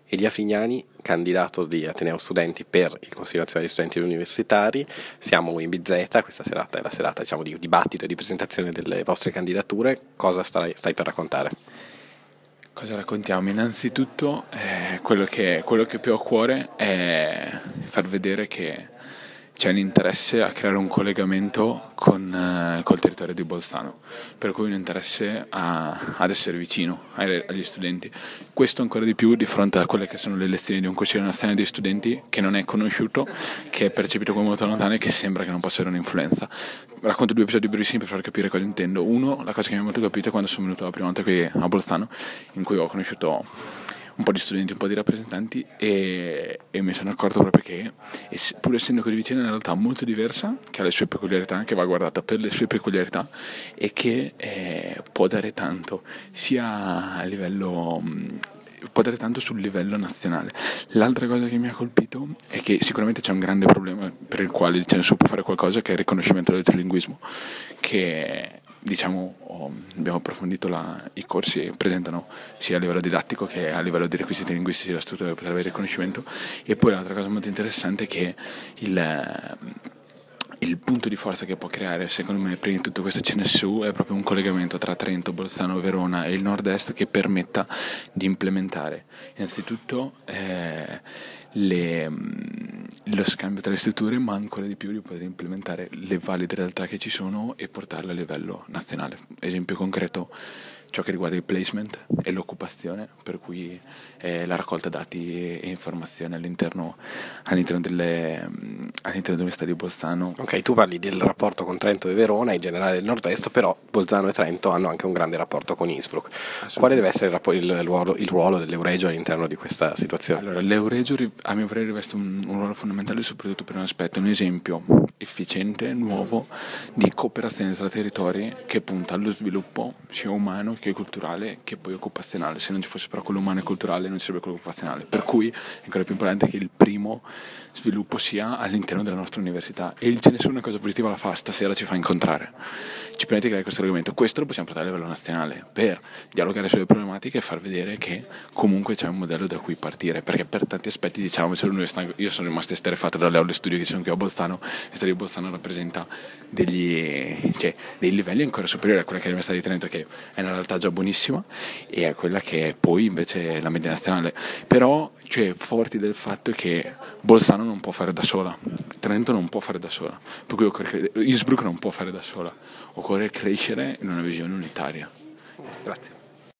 Elia Fignani, candidato di Ateneo Studenti per il Consiglio Nazionale di Studenti Universitari. Siamo in BZ, questa serata è la serata, diciamo, di dibattito e di presentazione delle vostre candidature. Cosa stai per raccontare? Cosa raccontiamo? Innanzitutto quello che più ho a cuore è far vedere che c'è un interesse a creare un collegamento col territorio di Bolzano, per cui un interesse ad essere vicino agli studenti. Questo ancora di più di fronte a quelle che sono le elezioni di un Consiglio Nazionale di Studenti che non è conosciuto, che è percepito come molto lontano e che sembra che non possa avere un'influenza. Racconto 2 episodi brevissimi per far capire cosa intendo. Uno, la cosa che mi ha molto capito è quando sono venuto la prima volta qui a Bolzano, in cui ho conosciuto un po' di studenti, un po' di rappresentanti e mi sono accorto proprio che, pur essendo così vicina, è una realtà molto diversa, che ha le sue peculiarità, che va guardata per le sue peculiarità e che può dare tanto, sia a livello può dare tanto sul livello nazionale. L'altra cosa che mi ha colpito è che sicuramente c'è un grande problema per il quale il CNSU può fare qualcosa, che è il riconoscimento del trilinguismo, che abbiamo approfondito i corsi presentano sia a livello didattico che a livello di requisiti linguistici la struttura per avere il riconoscimento. E poi l'altra cosa molto interessante è che il punto di forza che può creare, secondo me, prima di tutto questo CNSU è proprio un collegamento tra Trento, Bolzano, Verona e il nord-est che permetta di implementare innanzitutto lo scambio tra le strutture, ma ancora di più di poter implementare le valide realtà che ci sono e portarle a livello nazionale. Esempio concreto, ciò che riguarda il placement e l'occupazione, per cui la raccolta dati e informazioni all'interno dell'Università di Bolzano. Ok, tu parli del rapporto con Trento e Verona, in generale del nord-est, però Bolzano e Trento hanno anche un grande rapporto con Innsbruck. Quale deve essere il ruolo dell'Euregio all'interno di questa situazione? Allora, l'Euregio a mio parere riveste un ruolo fondamentale soprattutto per un aspetto, un esempio efficiente, nuovo, di cooperazione tra territori che punta allo sviluppo sia umano che culturale che poi occupazionale. Se non ci fosse però quello umano e culturale non ci sarebbe quello occupazionale, per cui è ancora più importante che il primo sviluppo sia all'interno della nostra università, e il CNSU una cosa positiva la fa, stasera ci fa incontrare, ci permette di creare questo argomento. Questo lo possiamo portare a livello nazionale per dialogare sulle problematiche e far vedere che comunque c'è un modello da cui partire, perché per tanti aspetti, diciamo, io sono rimasto esterrefatto dalle aule studio che ci sono qui a Bolzano. L'Università di Bolzano rappresenta dei livelli ancora superiori a quella che è l'Università di Trento, che è una realtà già buonissima, e a quella che è poi invece è la media nazionale, però forti del fatto che Bolzano non può fare da sola, Trento non può fare da sola, per cui Innsbruck non può fare da sola, occorre crescere in una visione unitaria. Grazie.